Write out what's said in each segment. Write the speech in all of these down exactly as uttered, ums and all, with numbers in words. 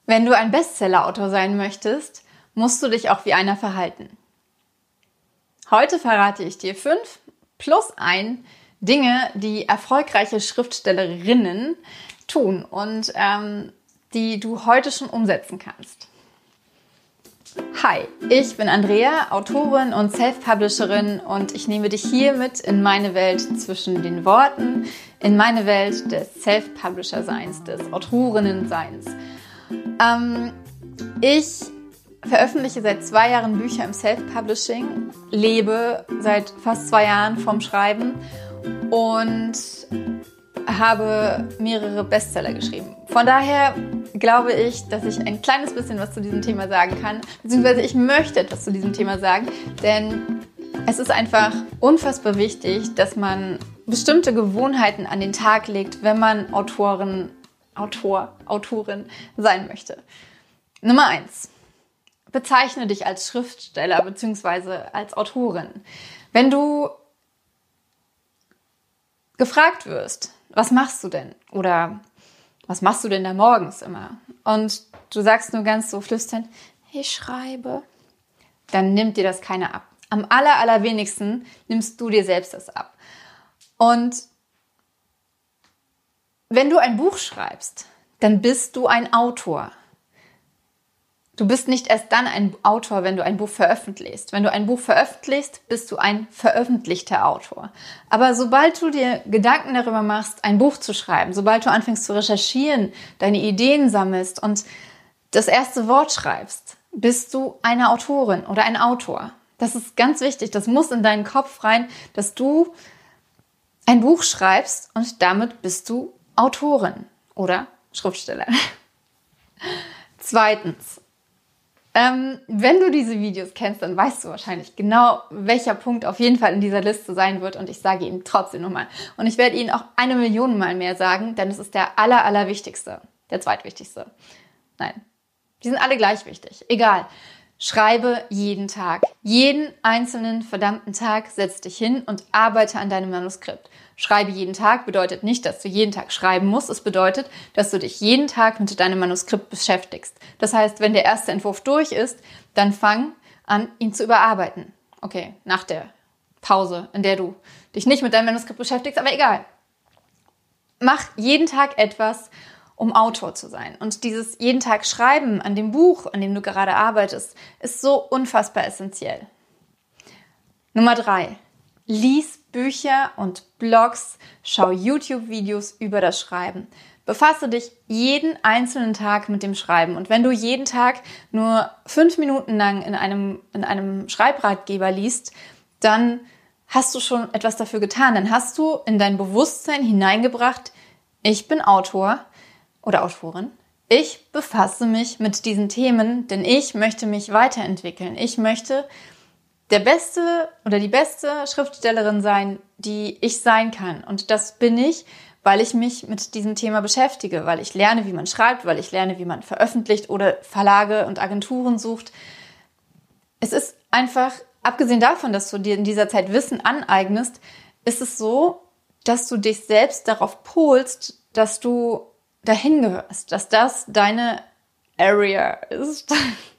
Wenn du ein Bestseller-Autor sein möchtest, musst du dich auch wie einer verhalten. Heute verrate ich dir fünf plus ein Dinge, die erfolgreiche Schriftstellerinnen tun und ähm, die du heute schon umsetzen kannst. Hi, ich bin Andrea, Autorin und Self-Publisherin und ich nehme dich hier mit in meine Welt zwischen den Worten, in meine Welt des Self-Publisher-Seins, des Autorinnen-Seins. Ähm, ich veröffentliche seit zwei Jahren Bücher im Self-Publishing, lebe seit fast zwei Jahren vom Schreiben und habe mehrere Bestseller geschrieben. Von daher glaube ich, dass ich ein kleines bisschen was zu diesem Thema sagen kann, beziehungsweise ich möchte etwas zu diesem Thema sagen, denn es ist einfach unfassbar wichtig, dass man bestimmte Gewohnheiten an den Tag legt, wenn man Autorin, Autor, Autorin sein möchte. Nummer eins. Bezeichne dich als Schriftsteller bzw. als Autorin. Wenn du gefragt wirst, was machst du denn? Oder was machst du denn da morgens immer? Und du sagst nur ganz so flüsternd, ich schreibe. Dann nimmt dir das keiner ab. Am aller, allerwenigsten nimmst du dir selbst das ab. Und wenn du ein Buch schreibst, dann bist du ein Autor. Du bist nicht erst dann ein Autor, wenn du ein Buch veröffentlichst. Wenn du ein Buch veröffentlichst, bist du ein veröffentlichter Autor. Aber sobald du dir Gedanken darüber machst, ein Buch zu schreiben, sobald du anfängst zu recherchieren, deine Ideen sammelst und das erste Wort schreibst, bist du eine Autorin oder ein Autor. Das ist ganz wichtig. Das muss in deinen Kopf rein, dass du ein Buch schreibst und damit bist du Autorin oder Schriftsteller. Zweitens. Ähm, wenn du diese Videos kennst, dann weißt du wahrscheinlich genau, welcher Punkt auf jeden Fall in dieser Liste sein wird und ich sage ihn trotzdem nochmal. Und ich werde ihn auch eine Million Mal mehr sagen, denn es ist der aller, allerwichtigste, der zweitwichtigste. Nein, die sind alle gleich wichtig. Egal. Schreibe jeden Tag. Jeden einzelnen verdammten Tag setz dich hin und arbeite an deinem Manuskript. Schreibe jeden Tag bedeutet nicht, dass du jeden Tag schreiben musst. Es bedeutet, dass du dich jeden Tag mit deinem Manuskript beschäftigst. Das heißt, wenn der erste Entwurf durch ist, dann fang an, ihn zu überarbeiten. Okay, nach der Pause, in der du dich nicht mit deinem Manuskript beschäftigst, aber egal. Mach jeden Tag etwas, um Autor zu sein. Und dieses jeden Tag Schreiben an dem Buch, an dem du gerade arbeitest, ist so unfassbar essentiell. Nummer drei. Lies Bücher und Blogs, schau YouTube-Videos über das Schreiben. Befasse dich jeden einzelnen Tag mit dem Schreiben. Und wenn du jeden Tag nur fünf Minuten lang in einem, in einem Schreibratgeber liest, dann hast du schon etwas dafür getan. Dann hast du in dein Bewusstsein hineingebracht, ich bin Autor oder Autorin. Ich befasse mich mit diesen Themen, denn ich möchte mich weiterentwickeln. Ich möchte der beste oder die beste Schriftstellerin sein, die ich sein kann. Und das bin ich, weil ich mich mit diesem Thema beschäftige, weil ich lerne, wie man schreibt, weil ich lerne, wie man veröffentlicht oder Verlage und Agenturen sucht. Es ist einfach, abgesehen davon, dass du dir in dieser Zeit Wissen aneignest, ist es so, dass du dich selbst darauf polst, dass du dahin gehörst, dass das deine Area ist,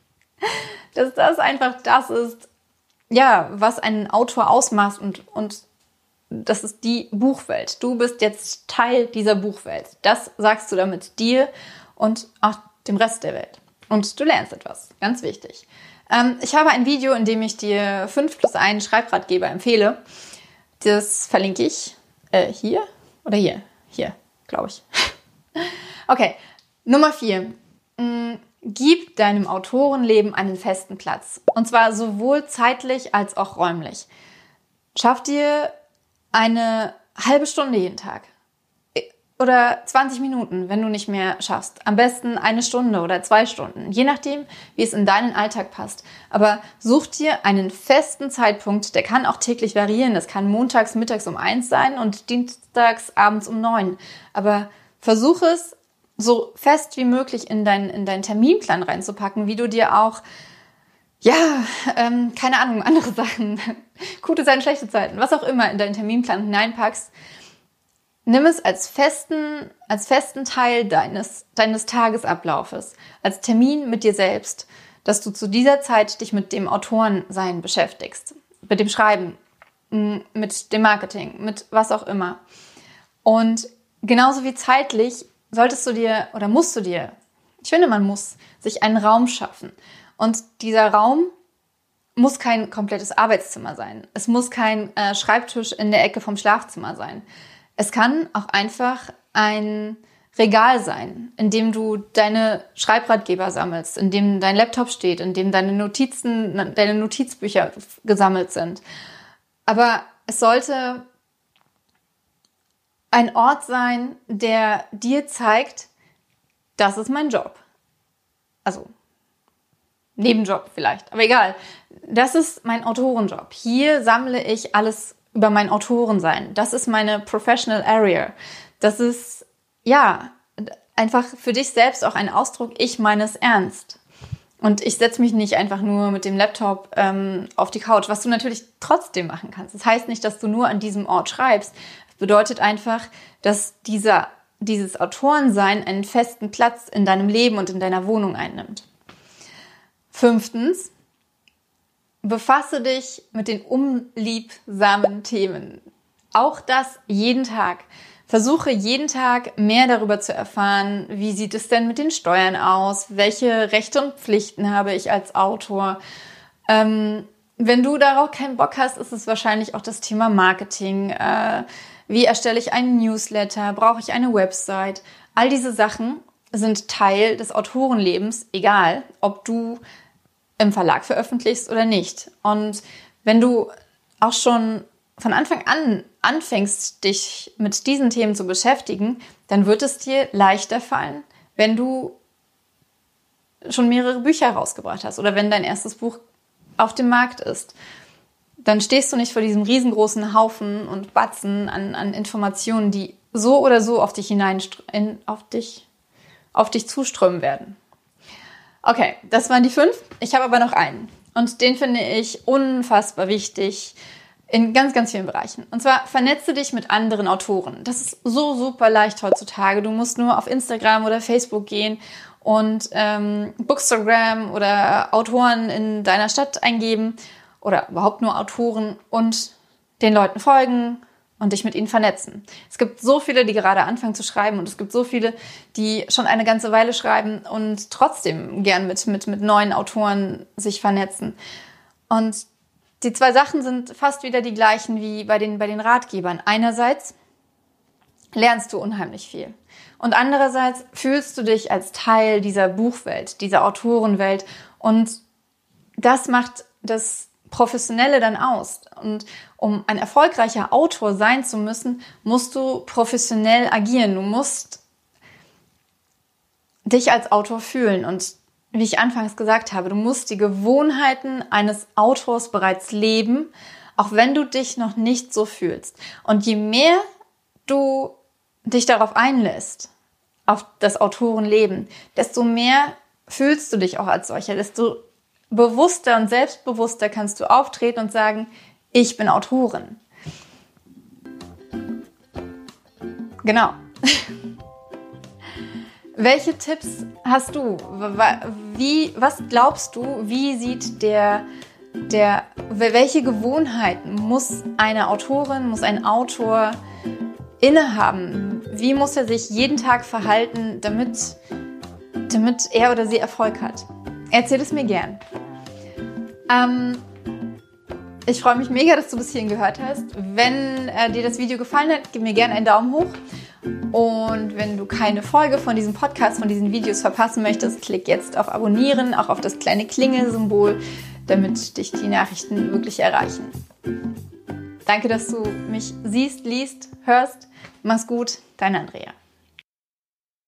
dass das einfach das ist, ja, was einen Autor ausmacht und, und das ist die Buchwelt. Du bist jetzt Teil dieser Buchwelt. Das sagst du damit dir und auch dem Rest der Welt. Und du lernst etwas, ganz wichtig. Ähm, ich habe ein Video, in dem ich dir fünf plus einen Schreibratgeber empfehle. Das verlinke ich äh, hier oder hier? Hier, glaube ich. Okay, Nummer vier. Gib deinem Autorenleben einen festen Platz. Und zwar sowohl zeitlich als auch räumlich. Schaff dir eine halbe Stunde jeden Tag. Oder zwanzig Minuten, wenn du nicht mehr schaffst. Am besten eine Stunde oder zwei Stunden. Je nachdem, wie es in deinen Alltag passt. Aber such dir einen festen Zeitpunkt. Der kann auch täglich variieren. Das kann montags, mittags um eins sein und dienstags abends um neun. Aber versuch es so fest wie möglich in, dein, in deinen Terminplan reinzupacken, wie du dir auch, ja, ähm, keine Ahnung, andere Sachen, gute Zeiten, schlechte Zeiten, was auch immer in deinen Terminplan hineinpackst. Nimm es als festen, als festen Teil deines, deines Tagesablaufes, als Termin mit dir selbst, dass du zu dieser Zeit dich mit dem Autorensein beschäftigst, mit dem Schreiben, mit dem Marketing, mit was auch immer. Und genauso wie zeitlich solltest du dir oder musst du dir, ich finde, man muss sich einen Raum schaffen. Und dieser Raum muss kein komplettes Arbeitszimmer sein. Es muss kein äh, Schreibtisch in der Ecke vom Schlafzimmer sein. Es kann auch einfach ein Regal sein, in dem du deine Schreibratgeber sammelst, in dem dein Laptop steht, in dem deine Notizen, deine Notizbücher gesammelt sind. Aber es sollte ein Ort sein, der dir zeigt, das ist mein Job. Also Nebenjob vielleicht, aber egal. Das ist mein Autorenjob. Hier sammle ich alles über mein Autorensein. Das ist meine Professional Area. Das ist, ja, einfach für dich selbst auch ein Ausdruck, ich meine es ernst. Und ich setze mich nicht einfach nur mit dem Laptop ähm, auf die Couch, was du natürlich trotzdem machen kannst. Das heißt nicht, dass du nur an diesem Ort schreibst. Das bedeutet einfach, dass dieser, dieses Autorensein einen festen Platz in deinem Leben und in deiner Wohnung einnimmt. Fünftens, befasse dich mit den unliebsamen Themen. Auch das jeden Tag. Versuche jeden Tag mehr darüber zu erfahren, wie sieht es denn mit den Steuern aus, welche Rechte und Pflichten habe ich als Autor. Ähm, wenn du darauf keinen Bock hast, ist es wahrscheinlich auch das Thema Marketing. Äh, wie erstelle ich einen Newsletter? Brauche ich eine Website? All diese Sachen sind Teil des Autorenlebens, egal ob du im Verlag veröffentlichst oder nicht. Und wenn du auch schon von Anfang an anfängst, dich mit diesen Themen zu beschäftigen, dann wird es dir leichter fallen, wenn du schon mehrere Bücher rausgebracht hast oder wenn dein erstes Buch auf dem Markt ist. Dann stehst du nicht vor diesem riesengroßen Haufen und Batzen an, an Informationen, die so oder so auf dich hinein, in, auf dich, auf dich zuströmen werden. Okay, das waren die fünf. Ich habe aber noch einen. Und den finde ich unfassbar wichtig in ganz, ganz vielen Bereichen. Und zwar vernetze dich mit anderen Autoren. Das ist so super leicht heutzutage. Du musst nur auf Instagram oder Facebook gehen und ähm, Bookstagram oder Autoren in deiner Stadt eingeben oder überhaupt nur Autoren und den Leuten folgen und dich mit ihnen vernetzen. Es gibt so viele, die gerade anfangen zu schreiben und es gibt so viele, die schon eine ganze Weile schreiben und trotzdem gern mit, mit, mit neuen Autoren sich vernetzen. Und die zwei Sachen sind fast wieder die gleichen wie bei den, bei den Ratgebern. Einerseits lernst du unheimlich viel und andererseits fühlst du dich als Teil dieser Buchwelt, dieser Autorenwelt und das macht das Professionelle dann aus. Und um ein erfolgreicher Autor sein zu müssen, musst du professionell agieren. Du musst dich als Autor fühlen. Und wie ich anfangs gesagt habe, du musst die Gewohnheiten eines Autors bereits leben, auch wenn du dich noch nicht so fühlst. Und je mehr du dich darauf einlässt, auf das Autorenleben, desto mehr fühlst du dich auch als solcher, desto bewusster und selbstbewusster kannst du auftreten und sagen, ich bin Autorin. Genau. Welche Tipps hast du? Wie, was glaubst du, wie sieht der, der, welche Gewohnheiten muss eine Autorin, muss ein Autor innehaben? Wie muss er sich jeden Tag verhalten, damit, damit er oder sie Erfolg hat? Erzähl es mir gern. Ähm, ich freue mich mega, dass du bis hierhin gehört hast. Wenn äh, dir das Video gefallen hat, gib mir gerne einen Daumen hoch. Und wenn du keine Folge von diesem Podcast, von diesen Videos verpassen möchtest, klick jetzt auf Abonnieren, auch auf das kleine Klingelsymbol, damit dich die Nachrichten wirklich erreichen. Danke, dass du mich siehst, liest, hörst. Mach's gut, deine Andrea.